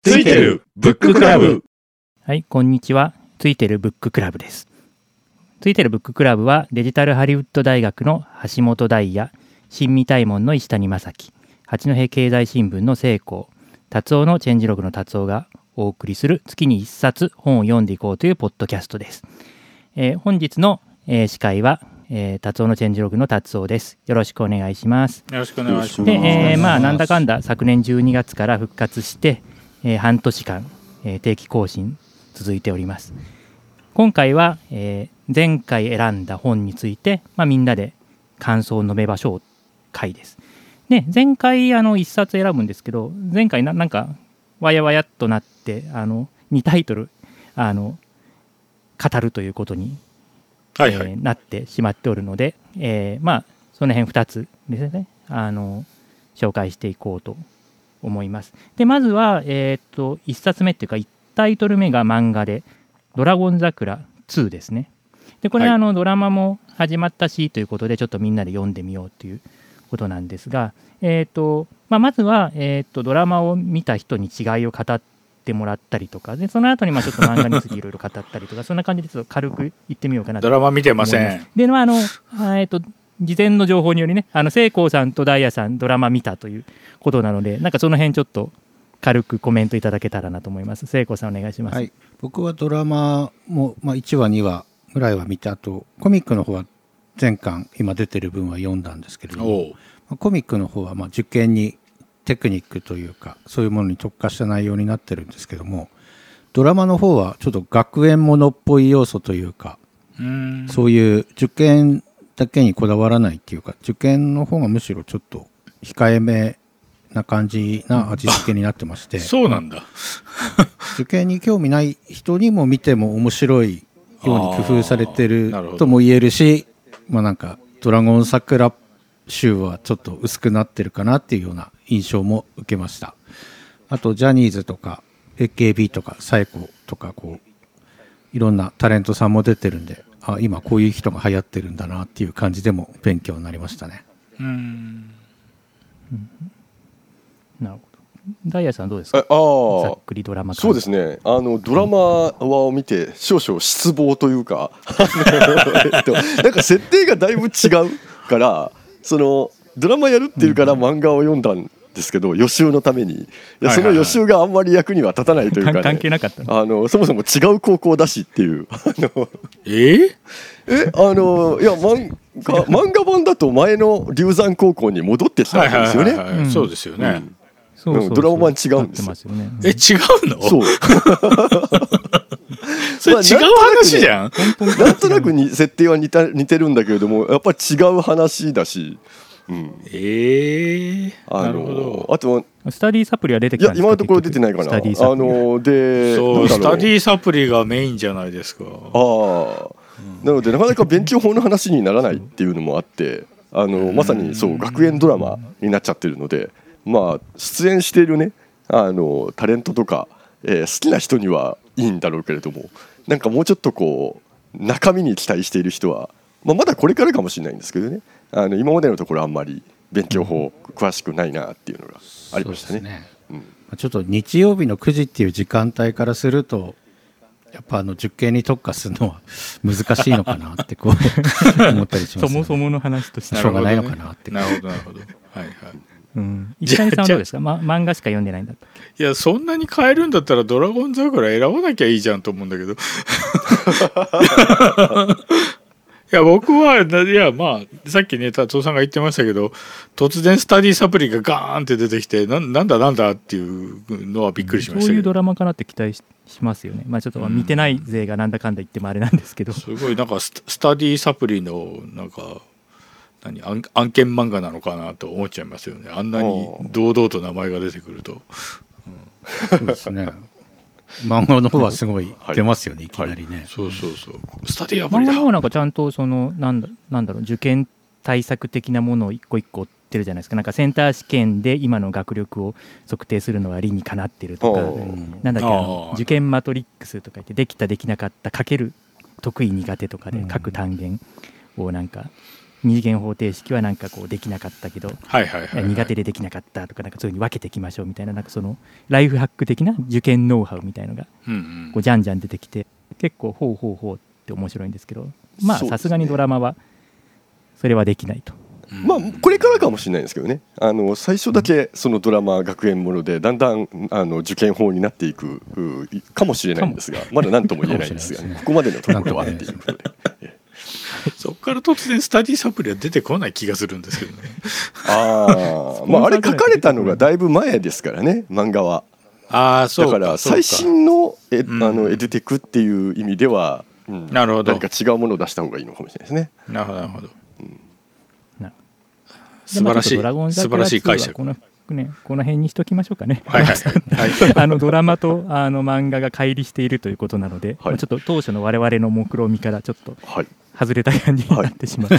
ついてるブッククラブ。 はい、こんにちは。ついてるブッククラブです。ついてるブッククラブはデジタルハリウッド大学の橋本大也、新未大門の石谷正樹、八戸経済新聞の聖光、達夫のチェンジログの達夫がお送りする月に一冊本を読んでいこうというポッドキャストです。本日の、司会は、達夫のチェンジログの達夫です。よろしくお願いします。 よろしくお願いします。 で、なんだかんだ昨年12月から復活して、半年間、定期更新続いております。今回は、前回選んだ本について、みんなで感想を述べましょう回です。で、前回1冊選ぶんですけど、前回なんかわやわやっとなって2タイトル語るということに、なってしまっておるので、その辺2つですね紹介していこうと思います。でまずは、1冊目っていうか1タイトル目が漫画でドラゴン桜2ですね。でこれはドラマも始まったしということでちょっとみんなで読んでみようということなんですが、まずは、ドラマを見た人に違いを語ってもらったりとかで、その後にちょっと漫画についていろいろ語ったりとかそんな感じでちょっと軽く言ってみようかなと。 ドラマ見てません。 で事前の情報によりね、聖光さんとダイヤさんドラマ見たということなので、なんかその辺ちょっと軽くコメントいただけたらなと思います。聖光さんお願いします。 はい、僕はドラマも、1話2話ぐらいは見て、あとコミックの方は全巻今出てる分は読んだんですけれども、コミックの方は受験にテクニックというかそういうものに特化した内容になってるんですけども、ドラマの方はちょっと学園ものっぽい要素というか、そういう受験だけにこだわらないっていうか、受験の方がむしろちょっと控えめな感じな味付けになってましてそうなんだ受験に興味ない人にも見ても面白いように工夫されてるとも言えるし、なんかドラゴン桜集はちょっと薄くなってるかなっていうような印象も受けました。あとジャニーズとか AKB とかサイコとかいろんなタレントさんも出てるんで、今こういう人が流行ってるんだなっていう感じでも勉強になりましたね。 なるほど。ダイヤさんどうですか。ざっくりドラマ。 そうですね、ドラマを見て少々失望というかなんか設定がだいぶ違うからそのドラマやるっていうから漫画を読んだんですけど、予習のためにその予習があんまり役には立たないというか、ね、 関係なかったそもそも違う高校だしっていういや漫画版だと前の龍山高校に戻ってきたんですよね。 そうですよね。 ドラマ版違うんですよ。 違うの？ そうそれ違う話じゃん。 なんとなくに設定は似てるんだけれども、やっぱり違う話だし、 なるほど。 あとスタディサプリは出てきたんですか。 今のところ出てないかな。 スタディサプリがメインじゃないですか。 なのでなかなか勉強法の話にならないっていうのもあってまさにそう学園ドラマになっちゃってるので、出演しているねタレントとか、好きな人にはいいんだろうけれども、なんかもうちょっと中身に期待している人は、まだこれからかもしれないんですけどね、今までのところあんまり勉強法詳しくないなっていうのがありましたね。 ちょっと日曜日の9時っていう時間帯からするとやっぱ受験に特化するのは難しいのかなって思ったりします、ね、 そもそもの話としてしょうがないのかなって。 なるほどはいはい。 石谷さんはどうですか。漫画しか読んでないんだったっけ。 いやそんなに変えるんだったらドラゴン桜選ばなきゃいいじゃんと思うんだけどいや僕はさっきね達夫さんが言ってましたけど、突然スタディサプリがガーンって出てきてなんだっていうのはびっくりしましたけど、 そういうドラマかなって期待しますよね。ちょっと見てない勢がなんだかんだ言ってもあれなんですけど、 すごいなんかスタディサプリのなんか案件漫画なのかなと思っちゃいますよね。あんなに堂々と名前が出てくると。 そうですね。漫画の方はすごい出ますよね、いきなりね。 そうスタディアプリだ。 漫画の方なんかちゃんとなんだろう受験対策的なものを一個一個追ってるじゃないですか。なんかセンター試験で今の学力を測定するのは理にかなってるとか、なんだっけ受験マトリックスとか言ってできたできなかったかける得意苦手とかで各単元をなんか二次元方程式はなんかこうできなかったけど、 はいはいはい、 苦手でできなかったとか、なんかそういうふうに分けていきましょうみたいな、なんかそのライフハック的な受験ノウハウみたいのがこうじゃんじゃん出てきて、結構ほうほうほうって面白いんですけど、まあさすがにドラマはそれはできないと。 まあこれからかもしれないんですけどね、最初だけそのドラマ学園ものでだんだん受験法になっていくかもしれないんですが、まだ何とも言えないんですが、ここまでのところはっていうことでそこから突然スタディサプリは出てこない気がするんですけどね。 まああれ書かれたのがだいぶ前ですからね、漫画は。 そうだから最新のエデュテクっていう意味では、 なるほど、 何か違うものを出した方がいいのかもしれないですね。なるほどなるほど、 素晴らしい素晴らしい解釈。 この辺にしときましょうかね。 はいはいドラマと漫画が乖離しているということなので、ちょっと当初の我々の目論見からちょっと外れた感じになってしまう。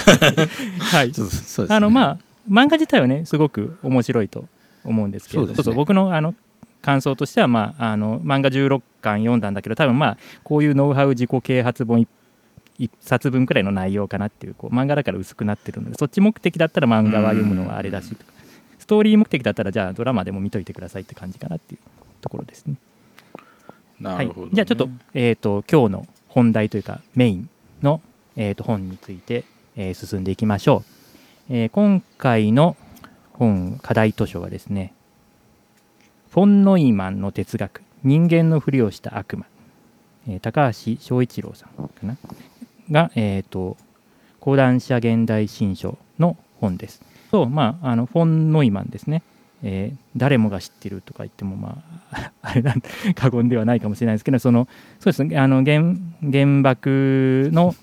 まあ漫画自体はねすごく面白いと思うんですけど、僕の感想としては、まあ漫画16巻読んだんだけど、多分まあこういうノウハウ自己啓発本1冊分くらいの内容かなっていう、漫画だから薄くなってるので、そっち目的だったら漫画は読むのはあれだし、ストーリー目的だったらじゃあドラマでも見といてくださいって感じかなっていうところですね。 なるほどね。 じゃあちょっと、今日の本題というかメインの、本について、進んでいきましょう。今回の本課題図書はですね、フォン・ノイマンの哲学、人間のふりをした悪魔、高橋翔一郎さんかなが、講談社現代新書の本です。フォン・ノイマンですね、誰もが知ってるとか言ってもあれ過言ではないかもしれないですけど、そうですね、原爆の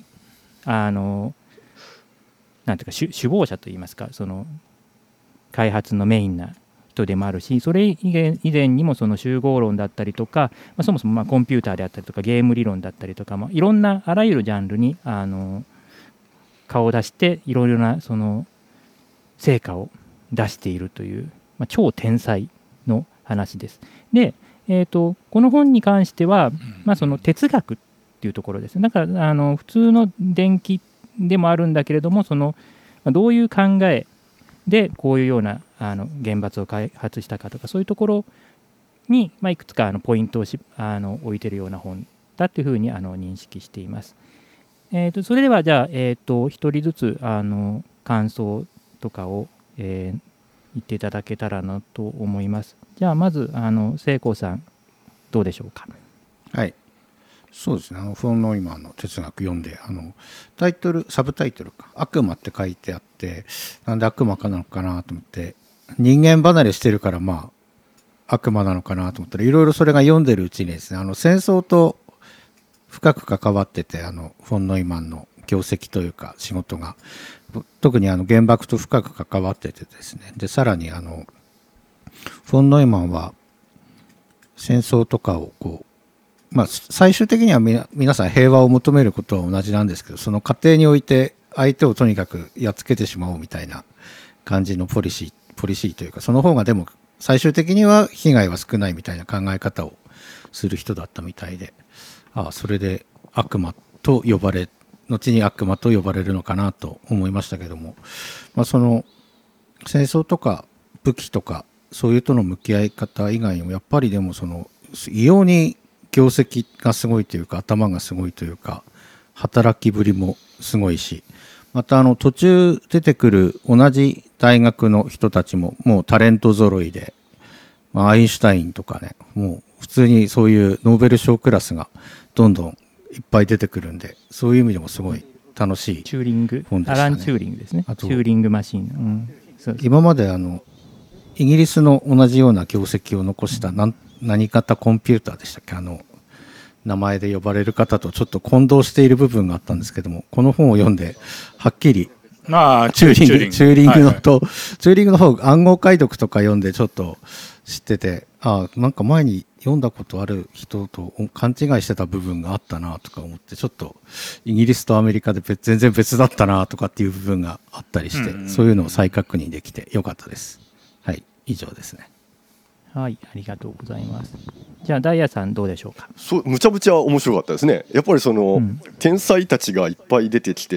なんていうか首謀者といいますか、その開発のメインな人でもあるし、それ以前にもその集合論だったりとか、そもそもコンピューターであったりとかゲーム理論だったりとか、いろんなあらゆるジャンルに顔を出していろいろなその成果を出しているという、超天才の話です。で、この本に関しては、その哲学っていうところです。だから普通の伝記でもあるんだけれども、そのどういう考えでこういうような原発を開発したかとか、そういうところに、いくつかポイントを置いてるような本だっていうふうに認識しています。それではじゃあ、一人ずつ感想とかを、言っていただけたらなと思います。じゃあまず聖光さんどうでしょうか。 はい、そうですね、フォン・ノイマンの哲学読んでサブタイトルか悪魔って書いてあって、なんで悪魔かなのかなと思って、人間離れしてるから悪魔なのかなと思ったら、いろいろそれが読んでるうちにですね、戦争と深く関わってて、フォン・ノイマンの業績というか仕事が特に原爆と深く関わっててですね、でさらにフォン・ノイマンは戦争とかを最終的には皆さん平和を求めることは同じなんですけど、その過程において相手をとにかくやっつけてしまおうみたいな感じのポリシーというか、その方がでも最終的には被害は少ないみたいな考え方をする人だったみたいで、それで後に悪魔と呼ばれるのかなと思いましたけども、その戦争とか武器とかそういうとの向き合い方以外にも、やっぱりでも異様に業績がすごいというか、頭がすごいというか、働きぶりもすごいし、また途中出てくる同じ大学の人たちももうタレント揃いで、アインシュタインとかね、もう普通にそういうノーベル賞クラスがどんどんいっぱい出てくるんで、そういう意味でもすごい楽しい本でしたね。 チューリング、アラン・チューリングですね。チューリングマシン、そうです。 今までイギリスの同じような業績を残した何型コンピューターでしたっけ、名前で呼ばれる方とちょっと混同している部分があったんですけども、この本を読んではっきりチューリングの方、暗号解読とか読んでちょっと知ってて、なんか前に読んだことある人と勘違いしてた部分があったなとか思って、ちょっとイギリスとアメリカで全然別だったなとかっていう部分があったりして、そういうのを再確認できてよかったです。はい、以上ですね。 はい、ありがとうございます。じゃあダイヤさんどうでしょうか。 むちゃくちゃ面白かったですね。やっぱり天才たちがいっぱい出てきて、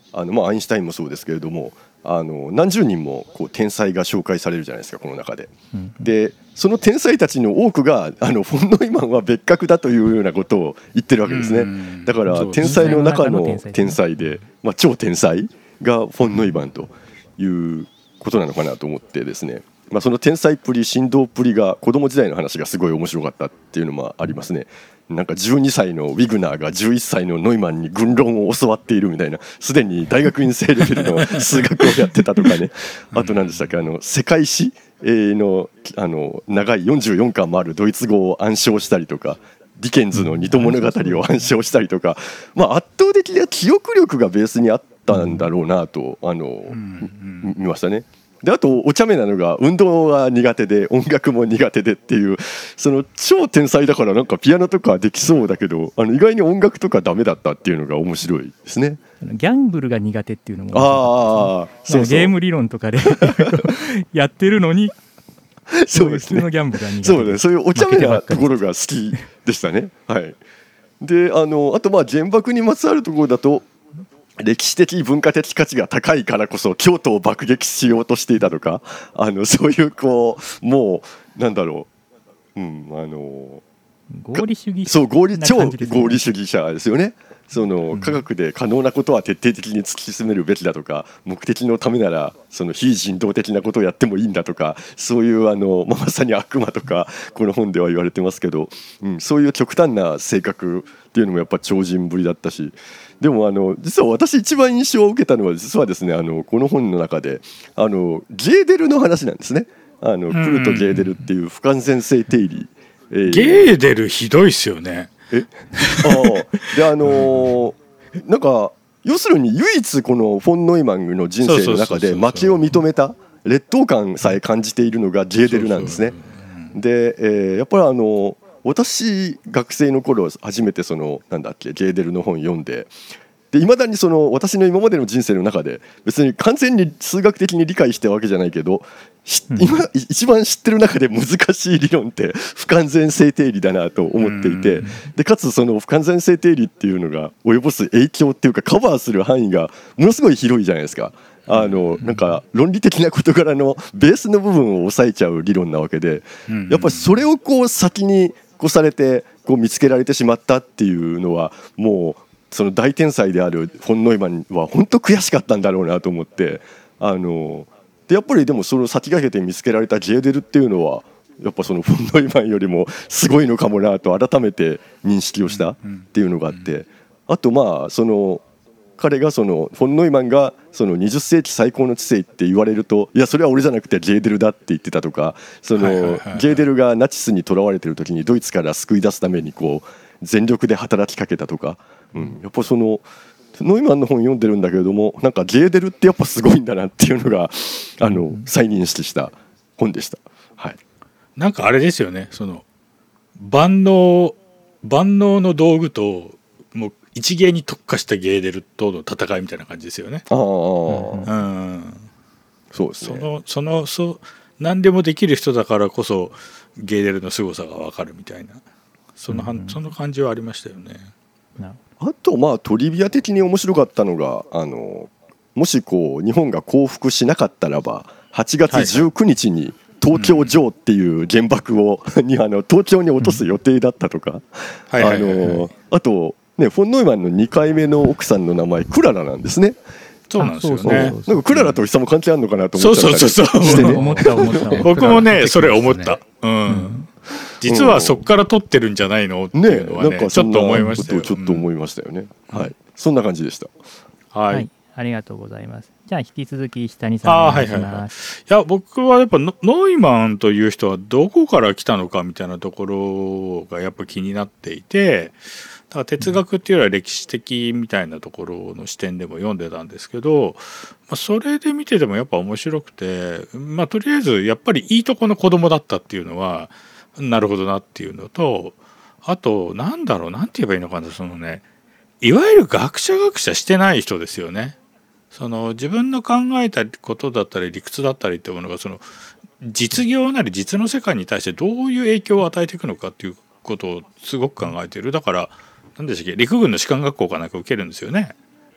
アインシュタインもそうですけれども、何十人もこう天才が紹介されるじゃないですか、この中で。でその天才たちの多くがフォン・ノイマンは別格だというようなことを言ってるわけですね。だから天才の中の天才で、超天才がフォン・ノイマンということなのかなと思ってですね、その天才っぷり神童っぷりが子供時代の話がすごい面白かったっていうのもありますね。なんか12歳のウィグナーが11歳のノイマンに軍論を教わっているみたいな、すでに大学院生レベルの数学をやってたとかね。あと何でしたっけ、世界史の長い44巻もあるドイツ語を暗唱したりとか、ディケンズの二度物語を暗唱したりとか、圧倒的な記憶力がベースにあったんだろうなと見ましたね。であとお茶目なのが運動が苦手で音楽も苦手でっていう、その超天才だからなんかピアノとかできそうだけど意外に音楽とかダメだったっていうのが面白いですね。 ギャンブルが苦手っていうのも面白かったですね。ゲーム理論とかでやってるのにそうですね、普通のギャンブルが苦手。 そうね、そういうお茶目なところが好きでしたね。はい。であと原爆にまつわるところだと、歴史的文化的価値が高いからこそ京都を爆撃しようとしていたとか、そういうもうなんだろう、 合理主義者、 そう超合理主義者ですよね。その科学で可能なことは徹底的に突き進めるべきだとか、目的のためならその非人道的なことをやってもいいんだとか、そういうまさに悪魔とかこの本では言われてますけど、そういう極端な性格っていうのもやっぱ超人ぶりだったし、でも実は私一番印象を受けたのは実はですね、この本の中でゲーデルの話なんですね。クルト・ゲーデルっていう不完全性定理、 ゲーデルひどいっすよね。 でなんか要するに唯一このフォン・ノイマンの人生の中で負けを認めた、劣等感さえ感じているのがゲーデルなんですね。で、やっぱり私学生の頃初めてそのゲーデルの本読んで、いまだにその私の今までの人生の中で別に完全に数学的に理解してるわけじゃないけど、今一番知ってる中で難しい理論って不完全性定理だなと思っていて、でかつその不完全性定理っていうのが及ぼす影響っていうかカバーする範囲がものすごい広いじゃないですか。なんか論理的な事柄のベースの部分を抑えちゃう理論なわけで、やっぱりそれを先にされて見つけられてしまったっていうのは、もうその大天才であるフォン・ノイマンは本当悔しかったんだろうなと思って、でやっぱりでもその先駆けて見つけられたゲーデルっていうのはやっぱそのフォン・ノイマンよりもすごいのかもなと改めて認識をしたっていうのがあって、あとその彼がそのフォン・ノイマンがその20世紀最高の知性って言われると、いやそれは俺じゃなくてゲーデルだって言ってたとか、そのゲーデルがナチスに囚われてる時にドイツから救い出すために全力で働きかけたとか、やっぱそのノイマンの本読んでるんだけれども、なんかゲーデルってやっぱすごいんだなっていうのが再認識した本でした。はい。 なんかあれですよね、その万能の道具ともう一芸に特化したゲーデルとの戦いみたいな感じですよね。 そうですね。 何でもできる人だからこそゲーデルの凄さが分かるみたいな、その感じはありましたよね。 あとトリビア的に面白かったのがもし日本が降伏しなかったらば8月19日に東京城っていう原爆を東京に落とす予定だったとか、あとね、フォン・ノイマンの2回目の奥さんの名前クララなんですね。 そうなんですよね。 なんかクララと久も関係あるのかなと思っちゃったりしてね。 思った僕もねそれ思った。実はそこから撮ってるんじゃないのっていうのはね、ちょっと思いましたよ。 ちょっと思いましたよね。はい、そんな感じでした。 はい、ありがとうございます。じゃあ引き続き石谷さんお願いします。 いや僕はやっぱノイマンという人はどこから来たのかみたいなところがやっぱ気になっていて、だから哲学っていうよりは歴史的みたいなところの視点でも読んでたんですけど、それで見ててもやっぱ面白くて、とりあえずやっぱりいいとこの子供だったっていうのはなるほどなっていうのと、あとなんて言えばいいのかな、そのね、いわゆる学者してない人ですよね。その自分の考えたことだったり理屈だったりっていうものがその実業なり実の世界に対してどういう影響を与えていくのかっていうことをすごく考えている。だから何でしたっけ、陸軍の士官学校かなんか受けるんですよね。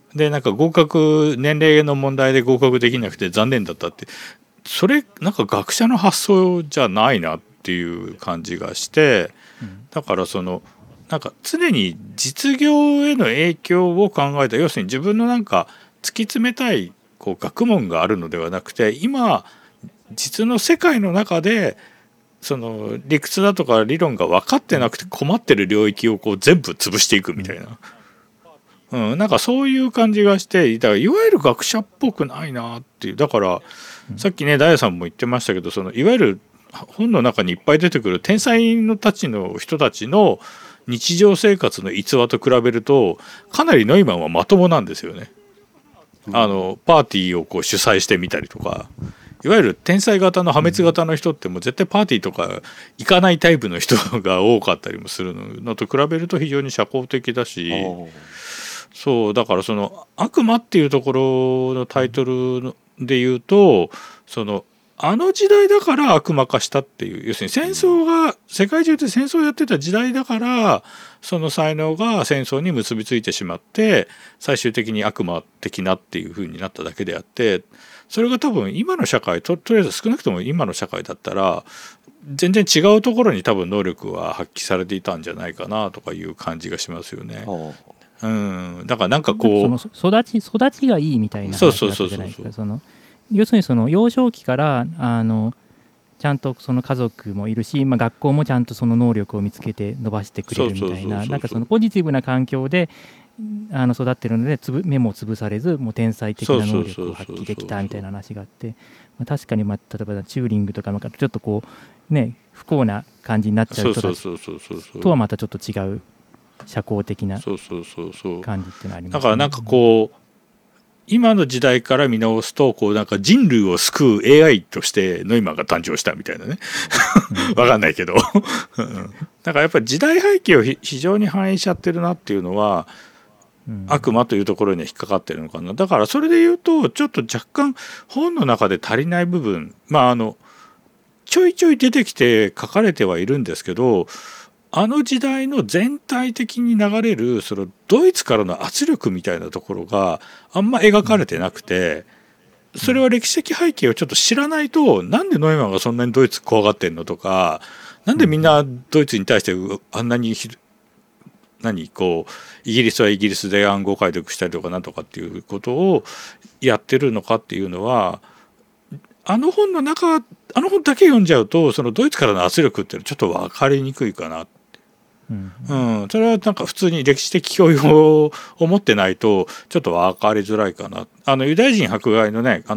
でなんか合格年齢の問題で合格できなくて残念だったって、それなんか学者の発想じゃないなっていう感じがして、だからそのなんか常に実業への影響を考えた、要するに自分のなんか突き詰めたいこう学問があるのではなくて、今実の世界の中でその理屈だとか理論が分かってなくて困ってる領域をこう全部潰していくみたいな、なんかそういう感じがして、だからいわゆる学者っぽくないなっていう。だからさっきねダイヤさんも言ってましたけど、そのいわゆる本の中にいっぱい出てくる天才のたちの人たちの日常生活の逸話と比べるとかなりノイマンはまともなんですよね。パーティーをこう主催してみたりとか、いわゆる天才型の破滅型の人ってもう絶対パーティーとか行かないタイプの人が多かったりもするのと比べると非常に社交的だし、そうだからその悪魔っていうところのタイトルで言うと、その時代だから悪魔化したっていう、要するに戦争が世界中で戦争をやってた時代だからその才能が戦争に結びついてしまって最終的に悪魔的なっていう風になっただけであって、それが多分今の社会 とりあえず少なくとも今の社会だったら全然違うところに多分能力は発揮されていたんじゃないかなとかいう感じがしますよね。だからなんかこうその育ちがいいみたいな話だったじゃないですか。その要するにその幼少期からちゃんとその家族もいるし、学校もちゃんとその能力を見つけて伸ばしてくれるみたいな、なんかそのポジティブな環境で育ってるので目も潰されずもう天才的な能力を発揮できたみたいな話があって、確かに例えばチューリングとかちょっとこうね不幸な感じになっちゃう人たちとはまたちょっと違う社交的な感じっていうのがありますね。 だからなんかこう今の時代から見直すとこうなんか人類を救う AI としてノイマンが誕生したみたいなねわかんないけどだからやっぱり時代背景を非常に反映しちゃってるなっていうのは、悪魔というところには引っかかってるのかな。だからそれで言うとちょっと若干本の中で足りない部分、ちょいちょい出てきて書かれてはいるんですけど、時代の全体的に流れるそのドイツからの圧力みたいなところがあんま描かれてなくて、それは歴史的背景をちょっと知らないと、なんでノイマンがそんなにドイツ怖がってんのとか、なんでみんなドイツに対してあんなにこうイギリスはイギリスで暗号解読したりとかなんとかっていうことをやってるのかっていうのは、本だけ読んじゃうとそのドイツからの圧力っていうのはちょっと分かりにくいかな。それはなんか普通に歴史的教養を持ってないとちょっと分かりづらいかな。ユダヤ人迫害のね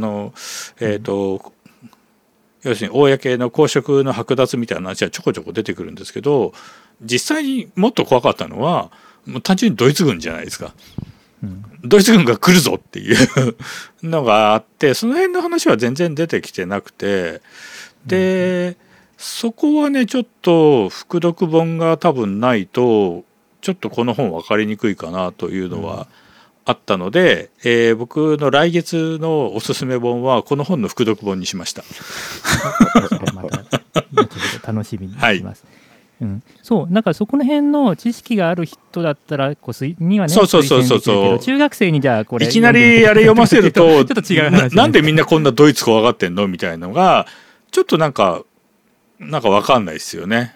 要するに公の公職の剥奪みたいな話はちょこちょこ出てくるんですけど、実際にもっと怖かったのはもう単純にドイツ軍じゃないですか。ドイツ軍が来るぞっていうのがあって、その辺の話は全然出てきてなくて、でそこはねちょっと副読本が多分ないとちょっとこの本分かりにくいかなというのはあったので、僕の来月のおすすめ本はこの本の副読本にしました。 また楽しみにします。そうなんかそこの辺の知識がある人だったらにはね、そう中学生にじゃあこれいきなりあれ読ませるとちょっと違う話なんでみんなこんなドイツ怖がってんのみたいなのがちょっとなんか分かんないですよね。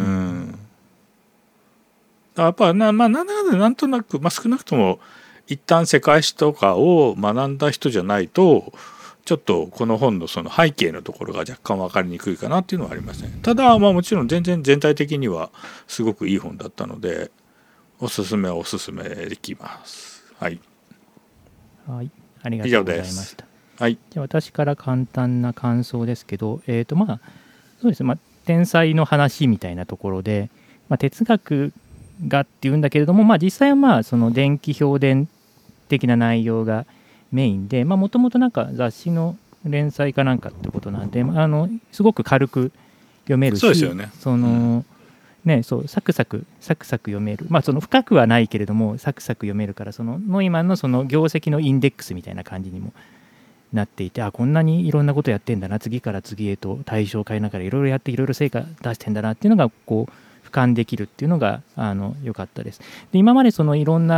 やっぱなんとなく、少なくとも一旦世界史とかを学んだ人じゃないとちょっとこの本のその背景のところが若干分かりにくいかなっていうのはありますね。ただもちろん全体的にはすごくいい本だったのでおすすめできます。はい、 ありがとうございました。じゃあ私から簡単な感想ですけど、そうですね、天才の話みたいなところで、哲学がっていうんだけれども、実際はその電気評伝的な内容がメインで、もともとなんか雑誌の連載かなんかってことなんで、すごく軽く読めるし、 そうですよね。 そうサクサク読める、その深くはないけれどもサクサク読めるから、そのノイマンのその業績のインデックスみたいな感じにもなっていて、こんなにいろんなことやってんだな、次から次へと対象を変えながらいろいろやっていろいろ成果出してんだなっていうのがこう俯瞰できるっていうのが良かったです。で今までそのいろんな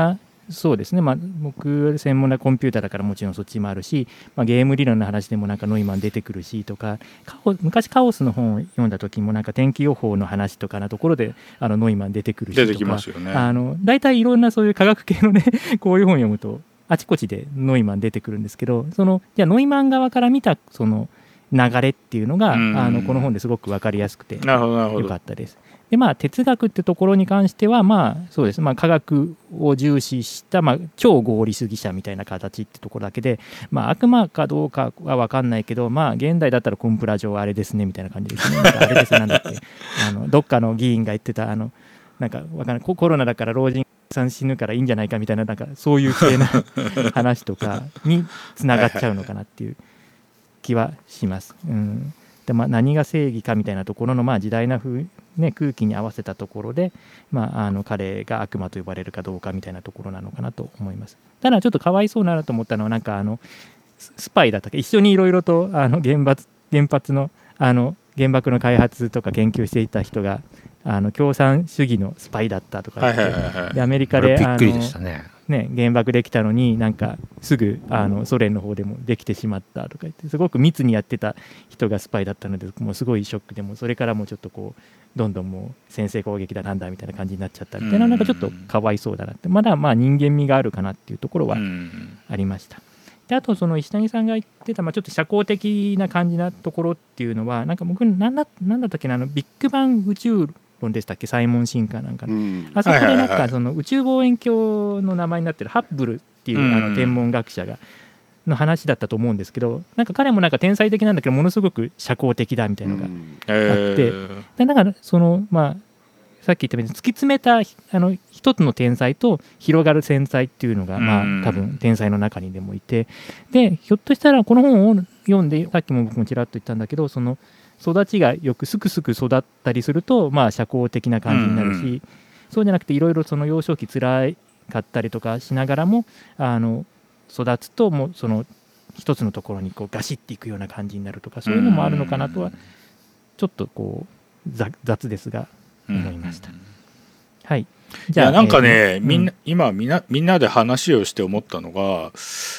そうですね、僕専門なコンピューターだからもちろんそっちもあるし、ゲーム理論の話でもなんかノイマン出てくるしとか、昔カオスの本を読んだ時もなんか天気予報の話とかのところでノイマン出てくるしとか、 出てきますよね。 大体いろんなそういう科学系のねこういう本読むとあちこちでノイマン出てくるんですけど、じゃあノイマン側から見たその流れっていうのがこの本ですごく分かりやすくてよかったです。で哲学ってところに関してはそうです、科学を重視した、超合理主義者みたいな形ってところだけで、悪魔かどうかは分かんないけど、現代だったらコンプラ上あれですねみたいな感じですね。あれですなんだっけどっかの議員が言ってたなんか分かんない、コロナだから老人さん死ぬからいいんじゃないかみたいな、なんかそういう系な話とかにつながっちゃうのかなっていう気はします。で何が正義かみたいなところの時代な空気に合わせたところで、彼が悪魔と呼ばれるかどうかみたいなところなのかなと思います。ただちょっとかわいそうだなと思ったのは、なんかスパイだったっけ、一緒にいろいろと原発の原爆の開発とか研究していた人が共産主義のスパイだったとか言って、でアメリカでびっくりでしたね。 原爆できたのになんかすぐソ連の方でもできてしまったとか言って、すごく密にやってた人がスパイだったので、もうすごいショックで、もそれからもうちょっとこうどんどんもう先制攻撃だなんだみたいな感じになっちゃったみたいな、なんかちょっとかわいそうだなって、まだ人間味があるかなっていうところはありました。であとその石谷さんが言ってた、ちょっと社交的な感じなところっていうのは、なんか僕なんだったっけな、ビッグバン宇宙論でしたっけ、サイモン・シンカーなんかの、あそこでなんかその宇宙望遠鏡の名前になってるハッブルっていう天文学者がの話だったと思うんですけど、なんか彼もなんか天才的なんだけどものすごく社交的だみたいなのがあって、でだからそのさっき言ったように突き詰めた一つの天才と広がる天才っていうのが多分天才の中にでもいて、でひょっとしたらこの本を読んで、さっきも僕もちらっと言ったんだけど、その育ちがよくすくすく育ったりすると社交的な感じになるし、そうじゃなくていろいろその幼少期つらかったりとかしながらも育つともうその一つのところにこうガシッていくような感じになるとか、そういうのもあるのかなとはちょっとこう雑ですが思いました。はい。 じゃあなんかね、今みんなで話をして思ったのが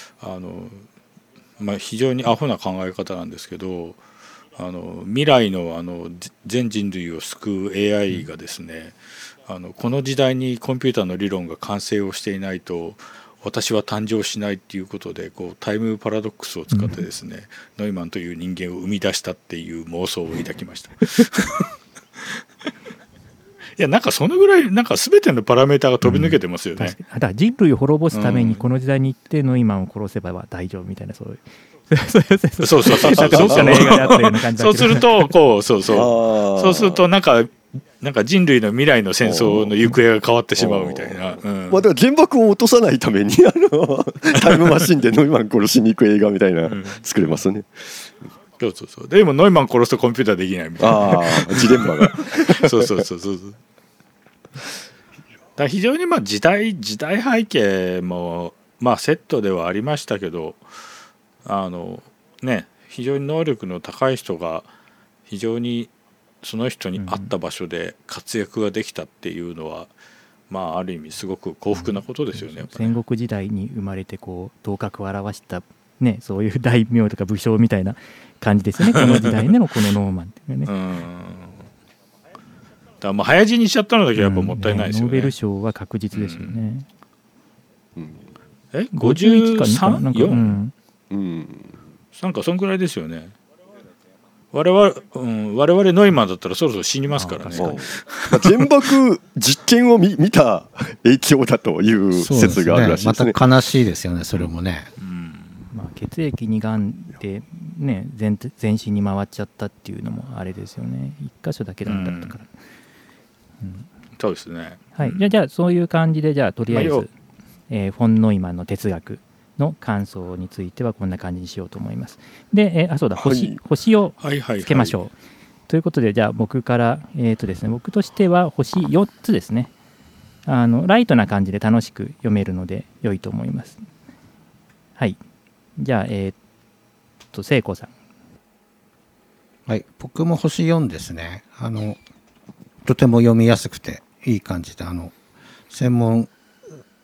非常にアホな考え方なんですけど、未来の全人類を救う AI がですね、この時代にコンピューターの理論が完成をしていないと私は誕生しないっていうことで、こうタイムパラドックスを使ってですね、ノイマンという人間を生み出したっていう妄想を抱きました。いやなんかそのぐらいなんか全てのパラメーターが飛び抜けてますよね。 だから人類を滅ぼすためにこの時代に行ってノイマンを殺せば大丈夫みたいな、そういうそうどっかの映画であったような感じだけど、 そうするとこうそうするとなんか人類の未来の戦争の行方が変わってしまうみたいな、だから原爆を落とさないためにタイムマシンでノイマン殺しに行く映画みたいな作れますね。 そうでもノイマン殺すとコンピューターできないみたいなジレンマがそうだ非常に時代背景もセットではありましたけど、非常に能力の高い人が非常にその人に合った場所で活躍ができたっていうのは、ある意味すごく幸福なことですよね。 戦国時代に生まれてこう頭角を現したそういう大名とか武将みたいな感じですよね、この時代でのこのノーマンっていうね。 だから早死にしちゃったのだけはやっぱもったいないですよね。 ノーベル賞は確実ですよね。 51か 3？ なんかなんかそんくらいですよね。我々ノイマンだったらそろそろ死にますからね。 原爆実験を見た影響だという説があるらしいですね。 また悲しいですよね、それもね。 血液にがんで全身に回っちゃったっていうのもあれですよね。一箇所だけだったから。 そうですね。 はい。じゃあそういう感じで、じゃあとりあえず、フォン・ノイマンの哲学の感想についてはこんな感じにしようと思います。で、そうだ、星をつけましょう。ということで、じゃあ僕からですね、僕としては星4つですね。ライトな感じで楽しく読めるので良いと思います。はい。じゃあ聖光さん。 はい、僕も星4ですね。とても読みやすくていい感じで、専門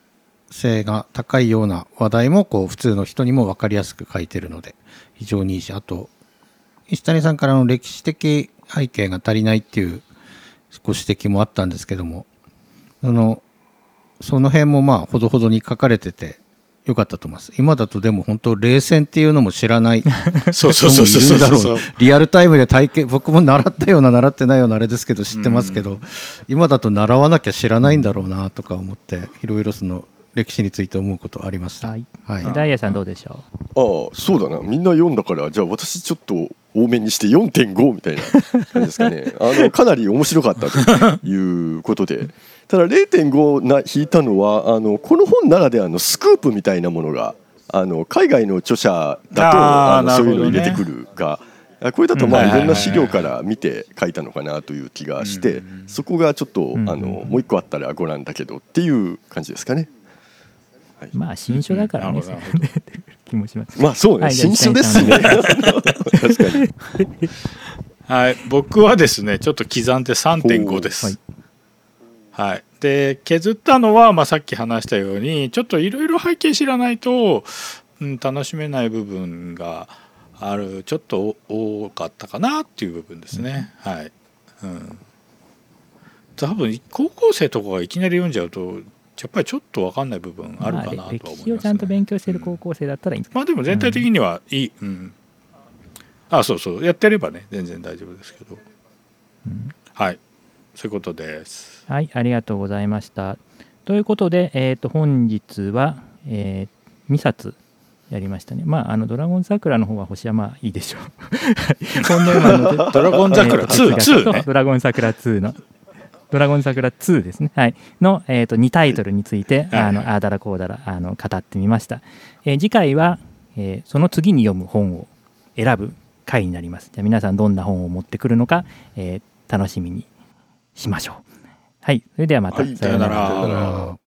性が高いような話題もこう普通の人にも分かりやすく書いてるので非常にいいし、あと石谷さんからの歴史的背景が足りないっていうご指摘もあったんですけども、その辺もまあほどほどに書かれててよかったと思います。今だとでも本当冷戦っていうのも知らないそうそうそうそう人もいるんだろう。リアルタイムで体験、僕も習ったような習ってないようなあれですけど知ってますけど、今だと習わなきゃ知らないんだろうなとか思っていろいろその歴史について思うことありました。 はい、 はい、 ダイヤさんどうでしょああそうだな、みんな読んだからじゃあ私ちょっと多めにして 4.5 みたいな感じですかね。かなり面白かったということで、ただ 0.5 引いたのはこの本ならではのスクープみたいなものが海外の著者だとそういうの入れてくるが、これだとまあいろんな資料から見て書いたのかなという気がして、そこがちょっともう一個あったらご覧だけどっていう感じですかね。はい、 まあ新書だからね、気もします。 まあそうね、はい、新書ですね。確かに。 はい、僕はですねちょっと刻んで 3.5 です。はい、で削ったのは、まあ、さっき話したようにちょっといろいろ背景知らないと、楽しめない部分がある、ちょっと多かったかなっていう部分ですね。はい、多分高校生とかがいきなり読んじゃうとやっぱりちょっと分かんない部分あるかなとは思いますね。 歴史をちゃんと勉強している高校生だったらいいんですか。 まあでも全体的にはいい、そうそうやってればね全然大丈夫ですけど、はい、そういうことです。 はい、ありがとうございました。ということで、本日は、2冊やりましたね。まあドラゴン桜の方は星山いいでしょう。本年版のドラゴン桜2ね。 ドラゴン桜2のドラゴン桜2ですね、はい、の、2タイトルについてああだらこうだら語ってみました。次回は、その次に読む本を選ぶ回になります。じゃあ皆さんどんな本を持ってくるのか、楽しみにしましょう。はい、それではまた、 さようなら。